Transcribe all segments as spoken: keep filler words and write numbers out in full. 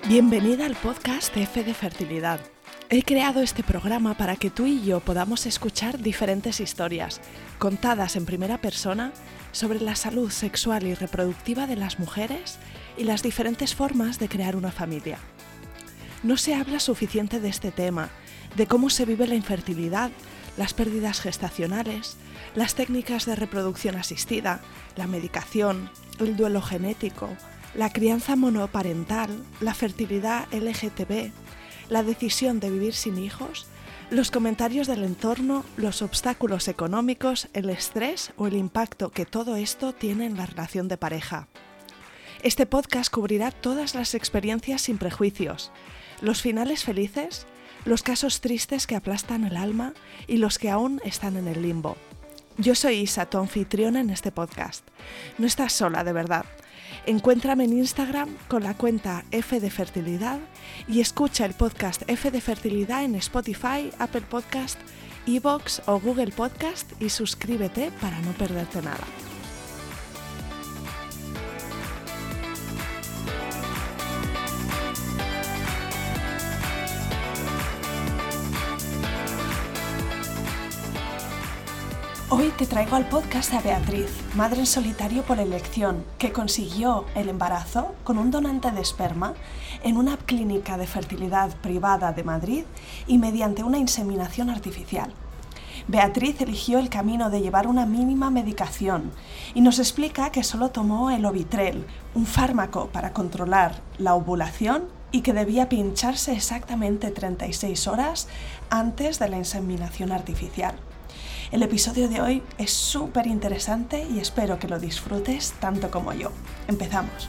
Bienvenida al podcast F de Fertilidad. He creado este programa para que tú y yo podamos escuchar diferentes historias, contadas en primera persona, sobre la salud sexual y reproductiva de las mujeres y las diferentes formas de crear una familia. No se habla suficiente de este tema, de cómo se vive la infertilidad, las pérdidas gestacionales, las técnicas de reproducción asistida, la medicación, el duelo genético, la crianza monoparental, la fertilidad L G T B, la decisión de vivir sin hijos, los comentarios del entorno, los obstáculos económicos, el estrés o el impacto que todo esto tiene en la relación de pareja. Este podcast cubrirá todas las experiencias sin prejuicios, los finales felices, los casos tristes que aplastan el alma y los que aún están en el limbo. Yo soy Isa, tu anfitriona en este podcast. No estás sola, de verdad. Encuéntrame en Instagram con la cuenta F de Fertilidad y escucha el podcast F de Fertilidad en Spotify, Apple Podcast, iVoox o Google Podcast y suscríbete para no perderte nada. Hoy te traigo al podcast a Beatriz, madre en solitario por elección, que consiguió el embarazo con un donante de esperma en una clínica de fertilidad privada de Madrid y mediante una inseminación artificial. Beatriz eligió el camino de llevar una mínima medicación y nos explica que solo tomó el Ovitrel, un fármaco para controlar la ovulación y que debía pincharse exactamente treinta y seis horas antes de la inseminación artificial. El episodio de hoy es súper interesante y espero que lo disfrutes tanto como yo. Empezamos.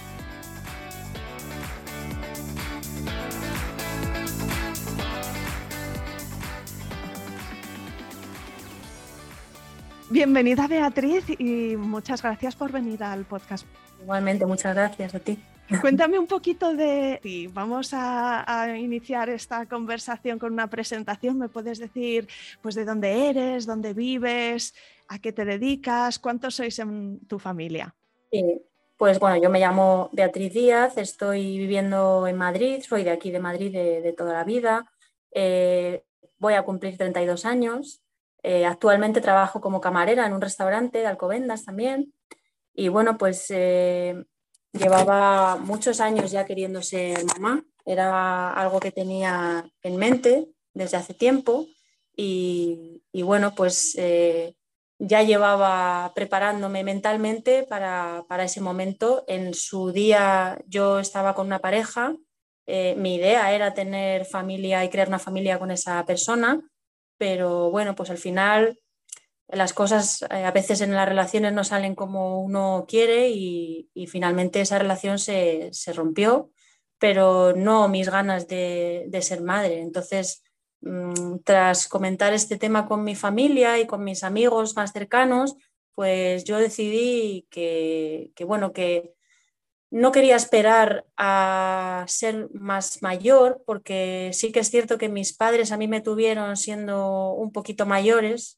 Bienvenida, Beatriz, y muchas gracias por venir al podcast. Igualmente, muchas gracias a ti. Cuéntame un poquito de ti. Vamos a, a iniciar esta conversación con una presentación. ¿Me puedes decir pues, de dónde eres, dónde vives, a qué te dedicas, cuántos sois en tu familia? Sí, pues bueno, yo me llamo Beatriz Díaz, estoy viviendo en Madrid, soy de aquí de Madrid de, de toda la vida. Eh, voy a cumplir treinta y dos años. Eh, actualmente trabajo como camarera en un restaurante de Alcobendas también. Y bueno, pues eh, llevaba muchos años ya queriendo ser mamá. Era algo que tenía en mente desde hace tiempo. Y, y bueno, pues eh, ya llevaba preparándome mentalmente para, para ese momento. En su día yo estaba con una pareja. Eh, mi idea era tener familia y crear una familia con esa persona. Pero bueno, pues al final las cosas eh, a veces en las relaciones no salen como uno quiere y, y finalmente esa relación se, se rompió, pero no mis ganas de, de ser madre. Entonces, mmm, tras comentar este tema con mi familia y con mis amigos más cercanos, pues yo decidí que, que bueno, que no quería esperar a ser más mayor, porque sí que es cierto que mis padres a mí me tuvieron siendo un poquito mayores.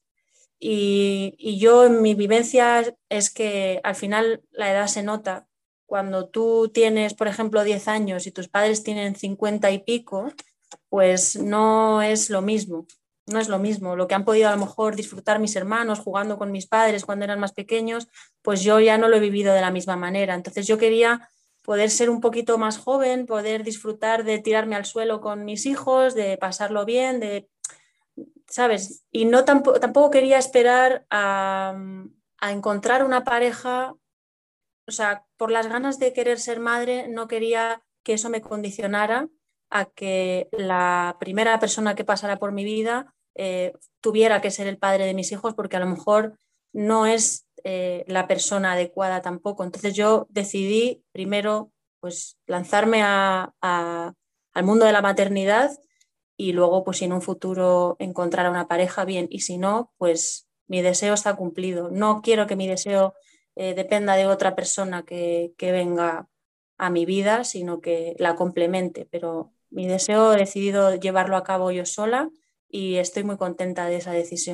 Y, y yo en mi vivencia es que al final la edad se nota. Cuando tú tienes, por ejemplo, diez años y tus padres tienen cincuenta y pico, pues no es lo mismo. No es lo mismo. Lo que han podido a lo mejor disfrutar mis hermanos jugando con mis padres cuando eran más pequeños, pues yo ya no lo he vivido de la misma manera. Entonces yo quería poder ser un poquito más joven, poder disfrutar de tirarme al suelo con mis hijos, de pasarlo bien, de ¿sabes? Y no tampoco, tampoco quería esperar a, a encontrar una pareja, o sea, por las ganas de querer ser madre, no quería que eso me condicionara a que la primera persona que pasara por mi vida eh, tuviera que ser el padre de mis hijos, porque a lo mejor no es eh, la persona adecuada tampoco. Entonces yo decidí primero pues lanzarme a, a, al mundo de la maternidad y luego, pues si en un futuro encontrara una pareja, bien, y si no, pues mi deseo está cumplido. No quiero que mi deseo eh, dependa de otra persona que, que venga a mi vida, sino que la complemente, pero mi deseo he decidido llevarlo a cabo yo sola y estoy muy contenta de esa decisión.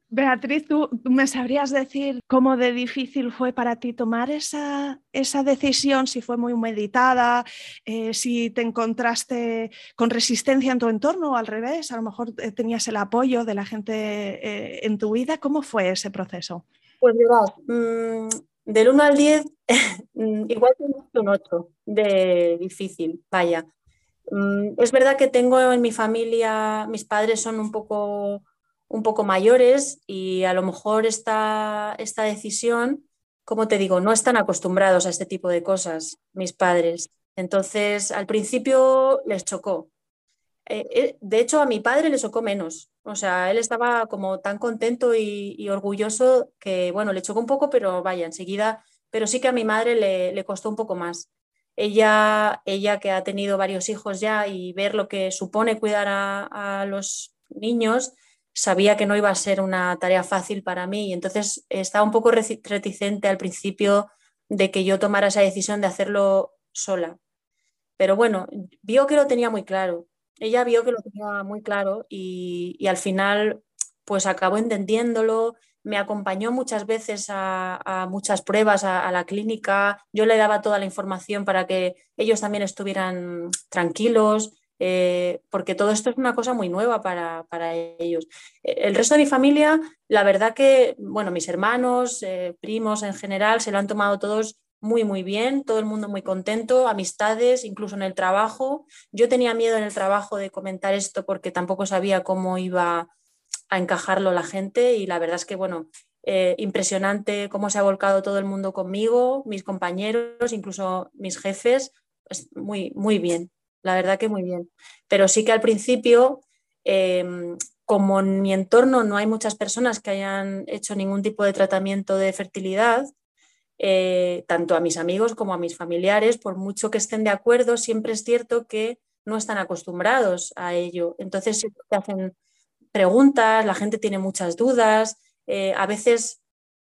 Beatriz, ¿tú me sabrías decir cómo de difícil fue para ti tomar esa, esa decisión? Si fue muy meditada, eh, si te encontraste con resistencia en tu entorno o al revés, a lo mejor eh, tenías el apoyo de la gente eh, en tu vida. ¿Cómo fue ese proceso? Pues verás, mmm, del uno al diez, igual tengo un ocho de difícil, vaya. Mm, Es verdad que tengo en mi familia, mis padres son un poco, un poco mayores y a lo mejor esta, esta decisión, como te digo, no están acostumbrados a este tipo de cosas, mis padres. Entonces, al principio les chocó. Eh, eh, de hecho, a mi padre le chocó menos. O sea, él estaba como tan contento y, y orgulloso que, bueno, le chocó un poco, pero vaya, enseguida, pero sí que a mi madre le, le costó un poco más. Ella, ella que ha tenido varios hijos ya y ver lo que supone cuidar a, a los niños, sabía que no iba a ser una tarea fácil para mí y entonces estaba un poco reci- reticente al principio de que yo tomara esa decisión de hacerlo sola. Pero bueno, vio que lo tenía muy claro. Ella vio que lo tenía muy claro y, y al final pues acabó entendiéndolo. Me acompañó muchas veces a, a muchas pruebas a, a la clínica. Yo le daba toda la información para que ellos también estuvieran tranquilos, eh, porque todo esto es una cosa muy nueva para, para ellos. El resto de mi familia, la verdad que, bueno, mis hermanos, eh, primos en general, se lo han tomado todos muy, muy bien, todo el mundo muy contento, amistades, incluso en el trabajo. Yo tenía miedo en el trabajo de comentar esto porque tampoco sabía cómo iba a encajarlo la gente y la verdad es que, bueno, eh, impresionante cómo se ha volcado todo el mundo conmigo, mis compañeros, incluso mis jefes, pues muy, muy bien, la verdad que muy bien. Pero sí que al principio, eh, como en mi entorno no hay muchas personas que hayan hecho ningún tipo de tratamiento de fertilidad, eh, tanto a mis amigos como a mis familiares, por mucho que estén de acuerdo, siempre es cierto que no están acostumbrados a ello. Entonces siempre te hacen preguntas, la gente tiene muchas dudas, eh, a veces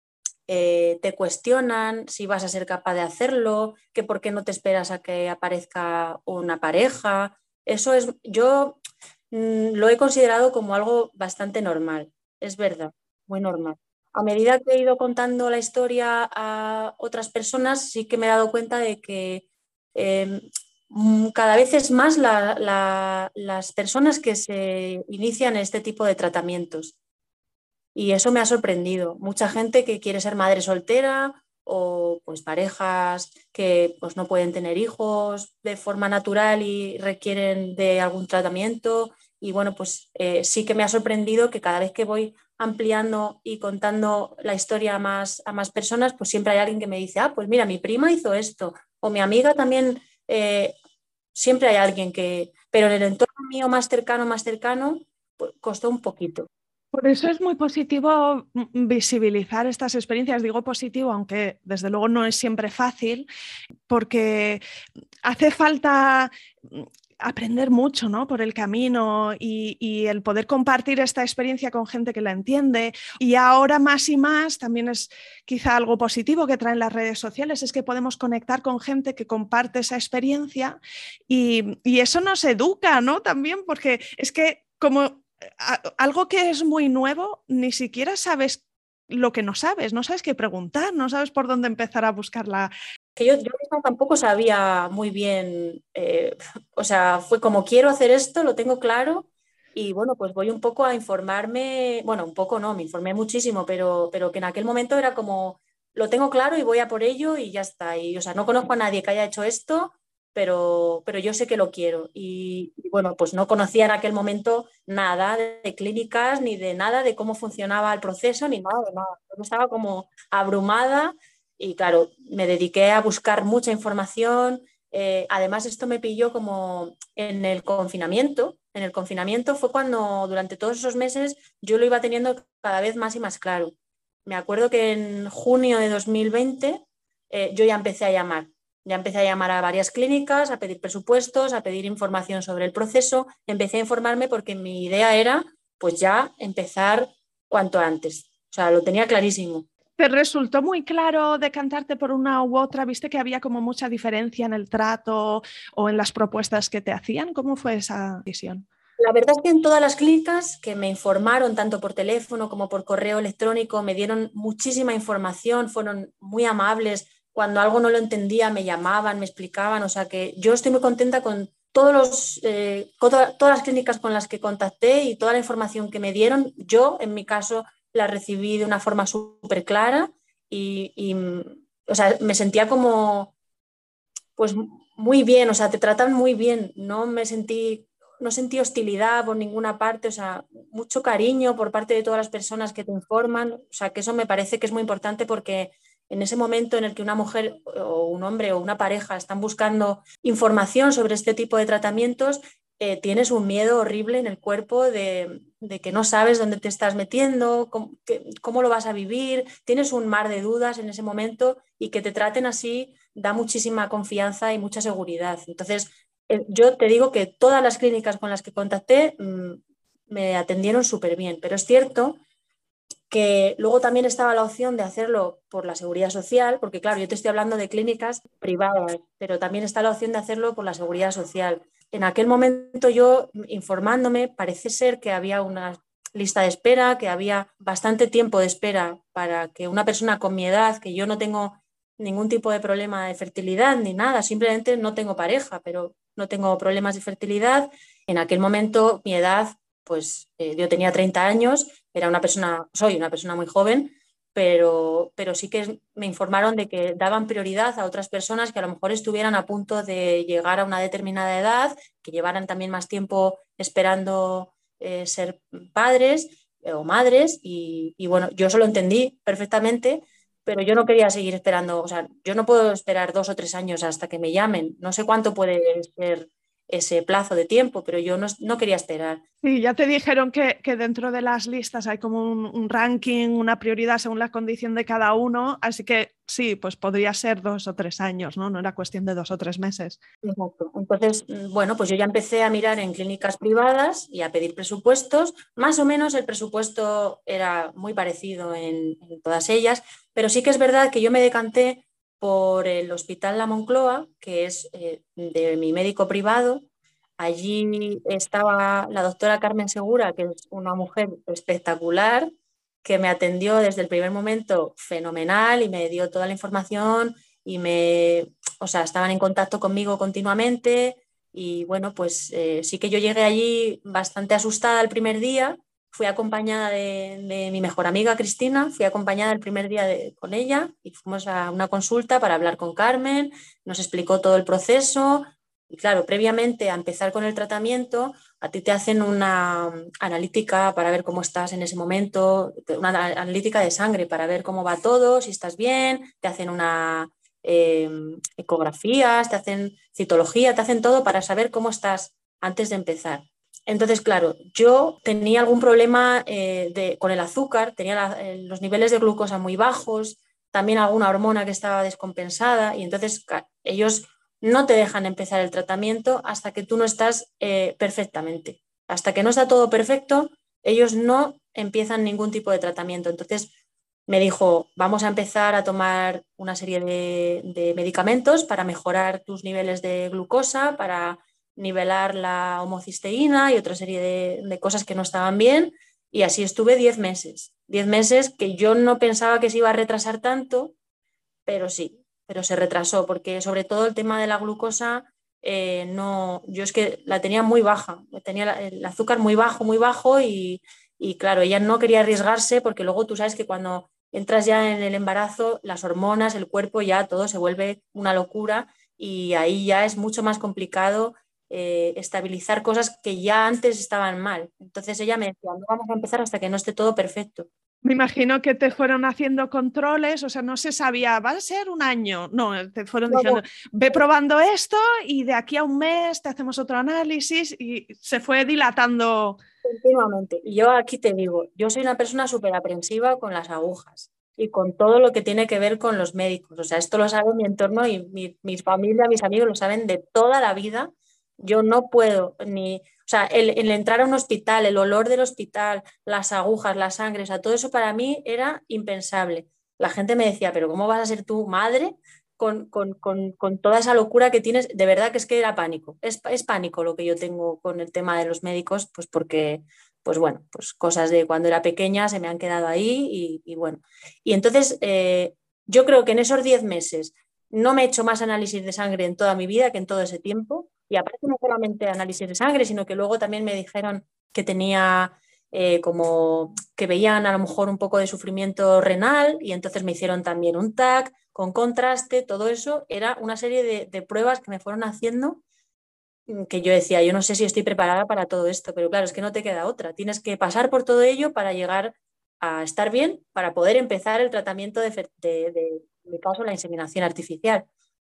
eh, te cuestionan si vas a ser capaz de hacerlo, que por qué no te esperas a que aparezca una pareja. Eso es, yo mm, lo he considerado como algo bastante normal, es verdad, muy normal. A medida que he ido contando la historia a otras personas, sí que me he dado cuenta de que eh, mm, cada vez es más la, la, las personas que se inician este tipo de tratamientos. Y eso me ha sorprendido. Mucha gente que quiere ser madre soltera o pues parejas que pues no pueden tener hijos de forma natural y requieren de algún tratamiento. Y bueno, pues eh, sí que me ha sorprendido que cada vez que voy ampliando y contando la historia a más, a más personas, pues siempre hay alguien que me dice, ah, pues mira, mi prima hizo esto, o mi amiga también, eh, siempre hay alguien que, pero en el entorno mío más cercano, más cercano, pues costó un poquito. Por eso es muy positivo mm, visibilizar estas experiencias. Digo positivo, aunque desde luego no es siempre fácil, porque hace falta mm, aprender mucho, ¿no? Por el camino y, y el poder compartir esta experiencia con gente que la entiende. Y ahora más y más también es quizá algo positivo que traen las redes sociales, es que podemos conectar con gente que comparte esa experiencia y, y eso nos educa, ¿no? También porque es que como algo que es muy nuevo, ni siquiera sabes lo que no sabes, no sabes qué preguntar, no sabes por dónde empezar a buscarla. Que yo, yo misma tampoco sabía muy bien, eh, o sea, fue como quiero hacer esto, lo tengo claro y bueno, pues voy un poco a informarme, bueno, un poco no, me informé muchísimo, pero, pero que en aquel momento era como, lo tengo claro y voy a por ello y ya está. Y, o sea, no conozco a nadie que haya hecho esto, pero, pero yo sé que lo quiero. Y, y bueno, pues no conocía en aquel momento nada de, de clínicas, ni de nada de cómo funcionaba el proceso, ni nada de nada. Yo estaba como abrumada y claro, me dediqué a buscar mucha información. Eh, además, esto me pilló como en el confinamiento. En el confinamiento fue cuando durante todos esos meses yo lo iba teniendo cada vez más y más claro. Me acuerdo que en junio de dos mil veinte eh, yo ya empecé a llamar. Ya empecé a llamar a varias clínicas, a pedir presupuestos, a pedir información sobre el proceso. Empecé a informarme porque mi idea era pues ya empezar cuanto antes. O sea, lo tenía clarísimo. ¿Te resultó muy claro decantarte por una u otra? ¿Viste que había como mucha diferencia en el trato o en las propuestas que te hacían? ¿Cómo fue esa decisión? La verdad es que en todas las clínicas que me informaron, tanto por teléfono como por correo electrónico, me dieron muchísima información, fueron muy amables. Cuando algo no lo entendía, me llamaban, me explicaban. O sea que yo estoy muy contenta con todos los, eh, con todas las clínicas con las que contacté y toda la información que me dieron. Yo, en mi caso, la recibí de una forma súper clara y, y, o sea, me sentía como, pues muy bien, o sea, te tratan muy bien, no me sentí, no sentí hostilidad por ninguna parte, o sea, mucho cariño por parte de todas las personas que te informan, o sea, que eso me parece que es muy importante porque en ese momento en el que una mujer o un hombre o una pareja están buscando información sobre este tipo de tratamientos, eh, tienes un miedo horrible en el cuerpo de, de que no sabes dónde te estás metiendo, cómo, que, cómo lo vas a vivir, tienes un mar de dudas en ese momento y que te traten así da muchísima confianza y mucha seguridad. Entonces, eh, yo te digo que todas las clínicas con las que contacté mmm, me atendieron súper bien, pero es cierto que luego también estaba la opción de hacerlo por la seguridad social, porque claro, yo te estoy hablando de clínicas privadas, pero también está la opción de hacerlo por la seguridad social. En aquel momento yo, informándome, parece ser que había una lista de espera, que había bastante tiempo de espera para que una persona con mi edad, que yo no tengo ningún tipo de problema de fertilidad ni nada, simplemente no tengo pareja, pero no tengo problemas de fertilidad. En aquel momento mi edad, pues eh, yo tenía treinta años, era una persona, soy una persona muy joven, pero, pero sí que me informaron de que daban prioridad a otras personas que a lo mejor estuvieran a punto de llegar a una determinada edad, que llevaran también más tiempo esperando eh, ser padres eh, o madres y, y bueno, yo eso lo entendí perfectamente, pero yo no quería seguir esperando, o sea, yo no puedo esperar dos o tres años hasta que me llamen, no sé cuánto puede ser ese plazo de tiempo, pero yo no, no quería esperar. Sí, ya te dijeron que, que dentro de las listas hay como un, un ranking, una prioridad según la condición de cada uno, así que sí, pues podría ser dos o tres años, ¿no? No era cuestión de dos o tres meses. Exacto. Entonces, bueno, pues yo ya empecé a mirar en clínicas privadas y a pedir presupuestos. Más o menos el presupuesto era muy parecido en, en todas ellas, pero sí que es verdad que yo me decanté por el Hospital La Moncloa, que es eh, de mi médico privado. Allí estaba la doctora Carmen Segura, que es una mujer espectacular, que me atendió desde el primer momento fenomenal y me dio toda la información y me, o sea, estaban en contacto conmigo continuamente y bueno, pues eh, sí que yo llegué allí bastante asustada el primer día, fui acompañada de, de mi mejor amiga Cristina, fui acompañada el primer día de, con ella y fuimos a una consulta para hablar con Carmen, nos explicó todo el proceso y claro, previamente a empezar con el tratamiento, a ti te hacen una analítica para ver cómo estás en ese momento, una analítica de sangre para ver cómo va todo, si estás bien, te hacen una eh, ecografías, te hacen citología, te hacen todo para saber cómo estás antes de empezar. Entonces, claro, yo tenía algún problema eh, de, con el azúcar, tenía la, eh, los niveles de glucosa muy bajos, también alguna hormona que estaba descompensada y entonces ellos no te dejan empezar el tratamiento hasta que tú no estás eh, perfectamente. Hasta que no está todo perfecto, ellos no empiezan ningún tipo de tratamiento. Entonces me dijo, vamos a empezar a tomar una serie de, de medicamentos para mejorar tus niveles de glucosa, para nivelar la homocisteína y otra serie de, de cosas que no estaban bien. Y así estuve diez meses. Diez meses que yo no pensaba que se iba a retrasar tanto, pero sí, pero se retrasó porque sobre todo el tema de la glucosa, eh, no, yo es que la tenía muy baja, tenía la, el azúcar muy bajo, muy bajo y, y claro, ella no quería arriesgarse porque luego tú sabes que cuando entras ya en el embarazo, las hormonas, el cuerpo, ya todo se vuelve una locura y ahí ya es mucho más complicado eh, estabilizar cosas que ya antes estaban mal. Entonces ella me decía, no vamos a empezar hasta que no esté todo perfecto. Me imagino que te fueron haciendo controles, o sea, no se sabía, va a ser un año, no, te fueron No, diciendo, no. ve probando esto y de aquí a un mes te hacemos otro análisis y se fue dilatando. Continuamente. Y yo aquí te digo, yo soy una persona súper aprensiva con las agujas y con todo lo que tiene que ver con los médicos. O sea, esto lo sabe mi entorno y mi, mi familia, mis amigos lo saben de toda la vida. Yo no puedo ni, o sea, el, el entrar a un hospital, el olor del hospital, las agujas, la sangre, o sea, todo eso para mí era impensable. La gente me decía, pero ¿cómo vas a ser tu madre con, con, con, con toda esa locura que tienes, de verdad que es que era pánico. Es, es pánico lo que yo tengo con el tema de los médicos, pues porque, pues bueno, pues cosas de cuando era pequeña se me han quedado ahí y, y bueno. Y entonces, eh, yo creo que en esos diez meses no me he hecho más análisis de sangre en toda mi vida que en todo ese tiempo. Y aparte no solamente análisis de sangre, sino que luego también me dijeron que tenía eh, como que veían a lo mejor un poco de sufrimiento renal y entonces me hicieron también un T A C con contraste, todo eso era una serie de, de pruebas que me fueron haciendo que yo decía, yo no sé si estoy preparada para todo esto, pero claro, es que no te queda otra. Tienes que pasar por todo ello para llegar a estar bien, para poder empezar el tratamiento de, de, de en mi caso, la inseminación artificial.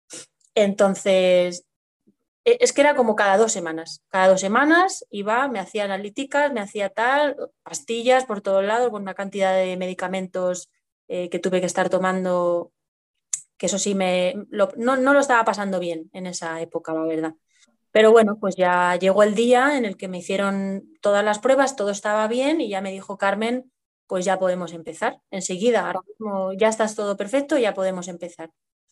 Entonces, es que era como cada dos semanas. Cada dos semanas iba, me hacía analíticas, me hacía tal, pastillas por todos lados, con una cantidad de medicamentos eh, que tuve que estar tomando, que eso sí, me, lo, no, no lo estaba pasando bien en esa época, la verdad. Pero bueno, pues ya llegó el día en el que me hicieron todas las pruebas, todo estaba bien y ya me dijo Carmen, pues ya podemos empezar. Enseguida, ahora mismo ya estás todo perfecto, ya podemos empezar.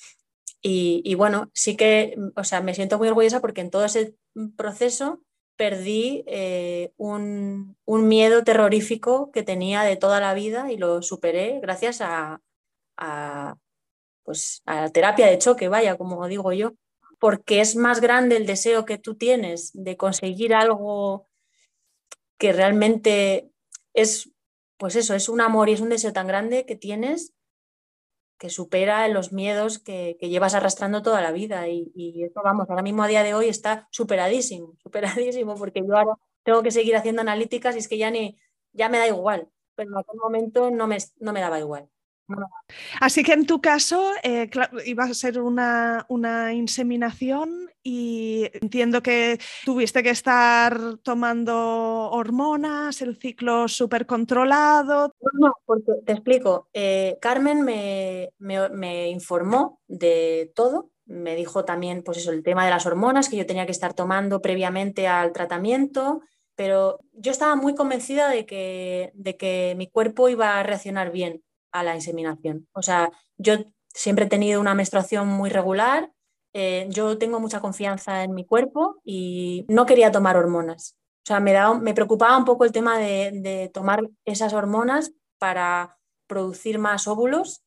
Y, y bueno, sí que, o sea, me siento muy orgullosa porque en todo ese proceso perdí eh, un, un miedo terrorífico que tenía de toda la vida y lo superé gracias a, a, pues, a la terapia de choque, vaya, como digo yo, porque es más grande el deseo que tú tienes de conseguir algo que realmente es, pues eso, es un amor y es un deseo tan grande que tienes que supera los miedos que, que llevas arrastrando toda la vida. Y, y eso, vamos, ahora mismo a día de hoy está superadísimo, superadísimo, porque yo ahora tengo que seguir haciendo analíticas y es que ya, ni, ya me da igual, pero en aquel momento no me, no me daba igual. No. Así que en tu caso eh, claro, iba a ser una, una inseminación y entiendo que tuviste que estar tomando hormonas, el ciclo súper controlado. No, no, porque te explico. Eh, Carmen me, me- me informó de todo. Me dijo también, pues eso, el tema de las hormonas que yo tenía que estar tomando previamente al tratamiento, pero yo estaba muy convencida de que, de que mi cuerpo iba a reaccionar bien a la inseminación. O sea, yo siempre he tenido una menstruación muy regular, eh, yo tengo mucha confianza en mi cuerpo y no quería tomar hormonas. O sea, me, daba, me preocupaba un poco el tema de, de tomar esas hormonas para producir más óvulos.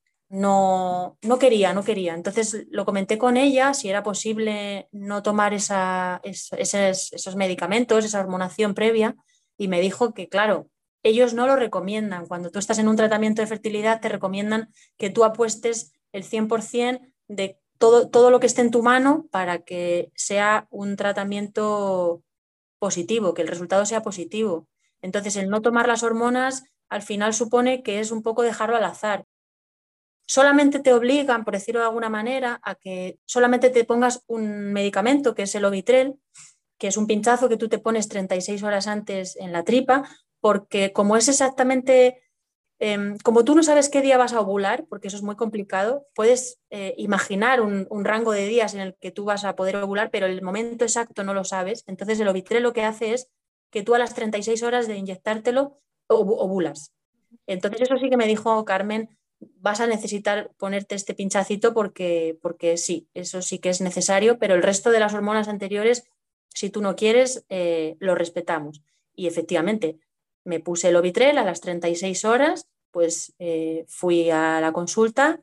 No, no quería, no quería. Entonces lo comenté con ella si era posible no tomar esa, es, esos, esos medicamentos, esa hormonación previa, y me dijo que, claro, ellos no lo recomiendan. Cuando tú estás en un tratamiento de fertilidad, te recomiendan que tú apuestes el cien por ciento de todo, todo lo que esté en tu mano para que sea un tratamiento positivo, que el resultado sea positivo. Entonces, el no tomar las hormonas al final supone que es un poco dejarlo al azar. Solamente te obligan, por decirlo de alguna manera, a que solamente te pongas un medicamento, que es el Ovitrel, que es un pinchazo que tú te pones treinta y seis horas antes en la tripa, porque como es exactamente, eh, como tú no sabes qué día vas a ovular, porque eso es muy complicado, puedes eh, imaginar un, un, rango de días en el que tú vas a poder ovular, pero el momento exacto no lo sabes. Entonces el Ovitrel lo que hace es que tú a las treinta y seis horas de inyectártelo ovulas. Entonces eso sí que me dijo Carmen, vas a necesitar ponerte este pinchacito porque, porque sí, eso sí que es necesario, pero el resto de las hormonas anteriores, si tú no quieres, eh, lo respetamos. Y efectivamente, me puse el Ovitrel a las treinta y seis horas, pues eh, fui a la consulta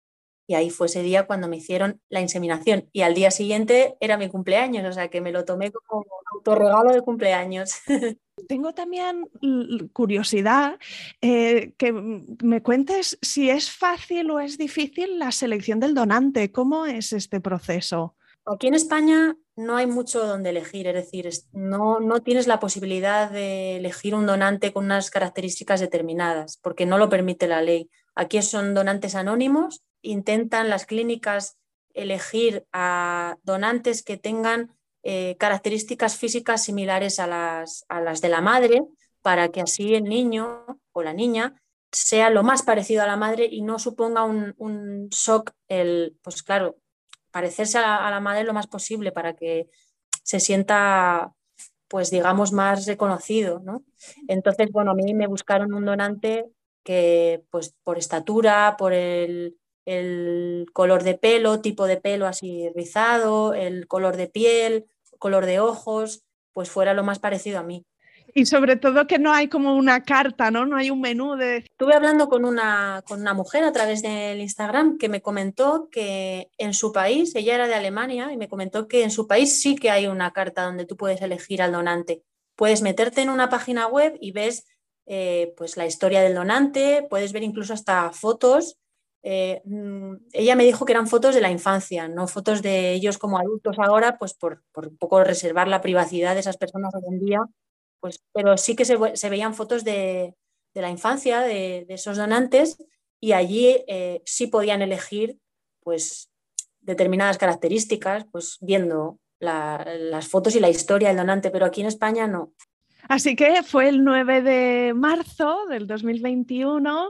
y ahí fue ese día cuando me hicieron la inseminación. Y al día siguiente era mi cumpleaños, o sea que me lo tomé como autorregalo de cumpleaños. Tengo también curiosidad eh, que me cuentes si es fácil o es difícil la selección del donante. ¿Cómo es este proceso? Aquí en España no hay mucho donde elegir, es decir, no, no tienes la posibilidad de elegir un donante con unas características determinadas, porque no lo permite la ley. Aquí son donantes anónimos, intentan las clínicas elegir a donantes que tengan eh, características físicas similares a las, a las de la madre, para que así el niño o la niña sea lo más parecido a la madre y no suponga un, un shock el, pues claro, parecerse a la, a la madre lo más posible para que se sienta, pues digamos, más reconocido, ¿no? Entonces, bueno, a mí me buscaron un donante que, pues por estatura, por el, el color de pelo, tipo de pelo así rizado, el color de piel, color de ojos, pues fuera lo más parecido a mí. Y sobre todo que no hay como una carta, ¿no? No hay un menú de... Estuve hablando con una, con una mujer a través del Instagram que me comentó que en su país, ella era de Alemania, y me comentó que en su país sí que hay una carta donde tú puedes elegir al donante. Puedes meterte en una página web y ves eh, pues la historia del donante, puedes ver incluso hasta fotos. Eh, ella me dijo que eran fotos de la infancia, no fotos de ellos como adultos ahora, pues por, por un poco reservar la privacidad de esas personas hoy en día, pues, pero sí que se, se veían fotos de, de la infancia de, de, esos donantes, y allí eh, sí podían elegir pues determinadas características, pues viendo la, las fotos y la historia del donante, pero aquí en España no. Así que fue el nueve de marzo del dos mil veintiuno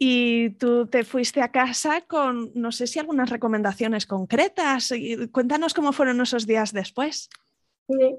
y tú te fuiste a casa con, no sé si algunas recomendaciones concretas. Cuéntanos cómo fueron esos días después. Sí.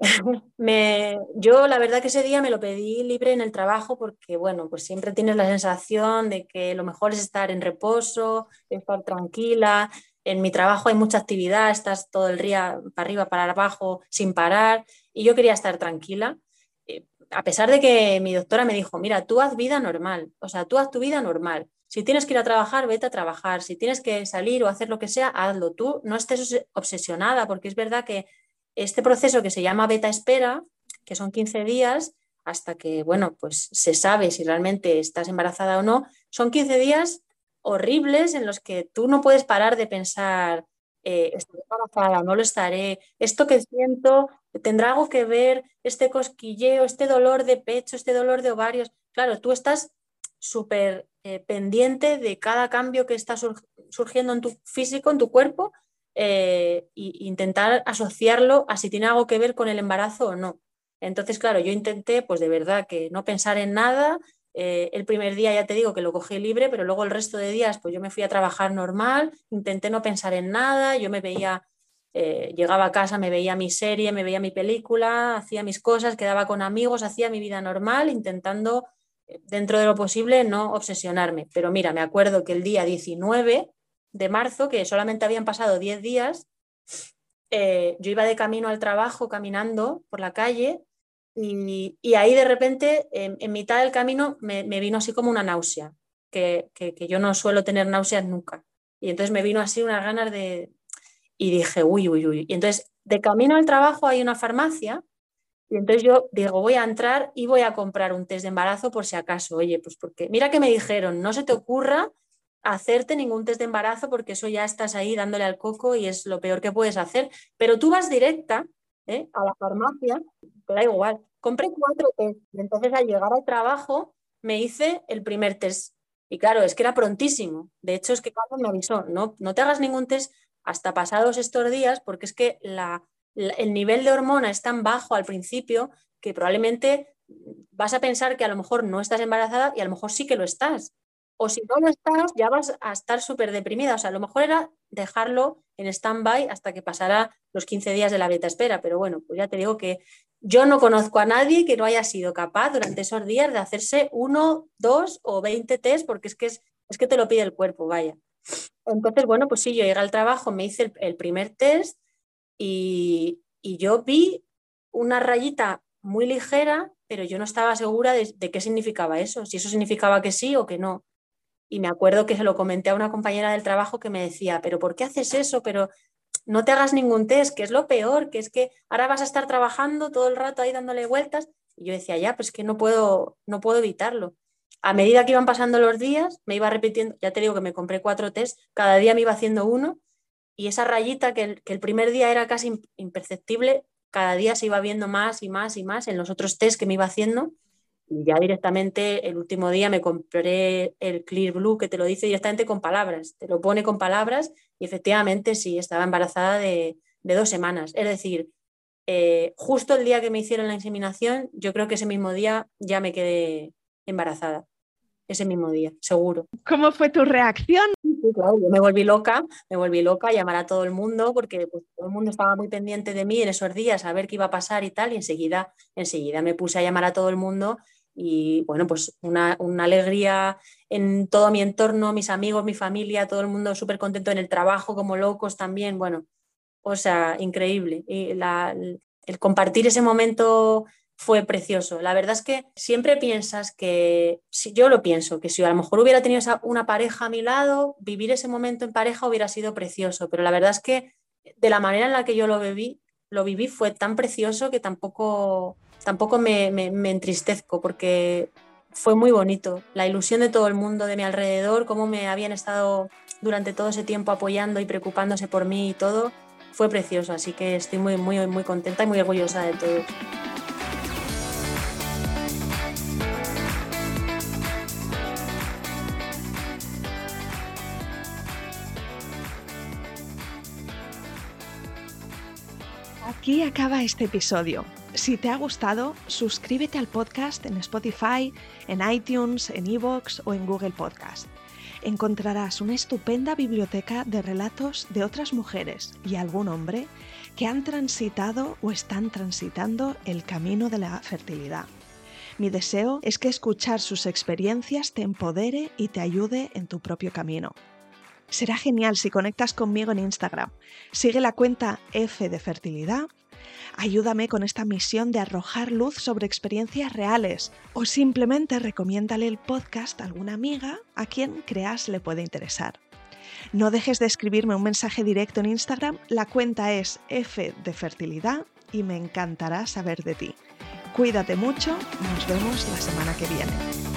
Me, yo la verdad que ese día me lo pedí libre en el trabajo porque, bueno, pues siempre tienes la sensación de que lo mejor es estar en reposo, estar tranquila. En mi trabajo hay mucha actividad, estás todo el día para arriba, para abajo, sin parar, y yo quería estar tranquila. Eh, A pesar de que mi doctora me dijo, mira, tú haz vida normal, o sea, tú haz tu vida normal. Si tienes que ir a trabajar, vete a trabajar. Si tienes que salir o hacer lo que sea, hazlo. Tú no estés obsesionada, porque es verdad que este proceso que se llama beta espera, que son quince días, hasta que, bueno, pues se sabe si realmente estás embarazada o no, son quince días horribles en los que tú no puedes parar de pensar, eh, ¿estaré embarazada? ¿No lo estaré? ¿Esto que siento tendrá algo que ver? ¿Este cosquilleo, este dolor de pecho, este dolor de ovarios? Claro, tú estás súper eh, pendiente de cada cambio que está sur surgiendo en tu físico, en tu cuerpo, eh, e intentar asociarlo a si tiene algo que ver con el embarazo o no. Entonces, claro, yo intenté, pues de verdad, que no pensar en nada. Eh, el primer día ya te digo que lo cogí libre, pero luego el resto de días, pues yo me fui a trabajar normal, intenté no pensar en nada, yo me veía, eh, llegaba a casa, me veía mi serie, me veía mi película, hacía mis cosas, quedaba con amigos, hacía mi vida normal, intentando, dentro de lo posible, no obsesionarme. Pero mira, me acuerdo que el día diecinueve de marzo, que solamente habían pasado diez días, eh, yo iba de camino al trabajo caminando por la calle, y, y ahí de repente, en, en mitad del camino, me, me, vino así como una náusea, que, que, que yo no suelo tener náuseas nunca. Y entonces me vino así unas ganas de... Y dije, uy, uy, uy. Y entonces, de camino al trabajo hay una farmacia, y entonces yo digo, voy a entrar y voy a comprar un test de embarazo por si acaso. Oye, pues porque, mira que me dijeron, no se te ocurra hacerte ningún test de embarazo porque eso ya estás ahí dándole al coco y es lo peor que puedes hacer. Pero tú vas directa, ¿eh?, a la farmacia, te da igual. Compré cuatro test y entonces al llegar al trabajo me hice el primer test. Y claro, es que era prontísimo. De hecho, es que Carlos me avisó, no, no te hagas ningún test hasta pasados estos días porque es que la el nivel de hormona es tan bajo al principio que probablemente vas a pensar que a lo mejor no estás embarazada y a lo mejor sí que lo estás. O si no lo estás, ya vas a estar súper deprimida. O sea, a lo mejor era dejarlo en stand-by hasta que pasara los quince días de la beta espera. Pero bueno, pues ya te digo que yo no conozco a nadie que no haya sido capaz durante esos días de hacerse uno, dos o veinte test, porque es que, es, es que te lo pide el cuerpo, vaya. Entonces, bueno, pues sí, yo llegué al trabajo, me hice el, el primer test. Y, y yo vi una rayita muy ligera, pero yo no estaba segura de, de qué significaba eso, si eso significaba que sí o que no. Y me acuerdo que se lo comenté a una compañera del trabajo que me decía, pero ¿por qué haces eso? Pero no te hagas ningún test, que es lo peor, que es que ahora vas a estar trabajando todo el rato ahí dándole vueltas. Y yo decía, ya, pues que no puedo, no puedo evitarlo. A medida que iban pasando los días, me iba repitiendo, ya te digo que me compré cuatro test, cada día me iba haciendo uno, y esa rayita que el, que el primer día era casi imperceptible, cada día se iba viendo más y más y más en los otros test que me iba haciendo. Y ya directamente el último día me compré el Clear Blue, que te lo dice directamente con palabras, te lo pone con palabras, y efectivamente sí, estaba embarazada de, de dos semanas. Es decir, eh, justo el día que me hicieron la inseminación, yo creo que ese mismo día ya me quedé embarazada. Ese mismo día, seguro. ¿Cómo fue tu reacción? Sí, claro, yo me volví loca, me volví loca a llamar a todo el mundo porque pues, todo el mundo estaba muy pendiente de mí en esos días a ver qué iba a pasar y tal, y enseguida, enseguida me puse a llamar a todo el mundo, y bueno, pues una, una alegría en todo mi entorno, mis amigos, mi familia, todo el mundo súper contento en el trabajo, como locos también, bueno, o sea, increíble. Y la, el compartir ese momento fue precioso. La verdad es que siempre piensas que, si yo lo pienso, que si a lo mejor hubiera tenido esa, una pareja a mi lado, vivir ese momento en pareja hubiera sido precioso, pero la verdad es que de la manera en la que yo lo viví, lo viví fue tan precioso que tampoco, tampoco me, me, me entristezco, porque fue muy bonito. La ilusión de todo el mundo de mi alrededor, cómo me habían estado durante todo ese tiempo apoyando y preocupándose por mí y todo, fue precioso. Así que estoy muy, muy, muy contenta y muy orgullosa de todos. Aquí acaba este episodio. Si te ha gustado, suscríbete al podcast en Spotify, en iTunes, en iVoox o en Google Podcast. Encontrarás una estupenda biblioteca de relatos de otras mujeres y algún hombre que han transitado o están transitando el camino de la fertilidad. Mi deseo es que escuchar sus experiencias te empodere y te ayude en tu propio camino. Será genial si conectas conmigo en Instagram. Sigue la cuenta F de Fertilidad. Ayúdame con esta misión de arrojar luz sobre experiencias reales o simplemente recomiéndale el podcast a alguna amiga a quien creas le puede interesar. No dejes de escribirme un mensaje directo en Instagram. La cuenta es F de Fertilidad y me encantará saber de ti. Cuídate mucho. Nos vemos la semana que viene.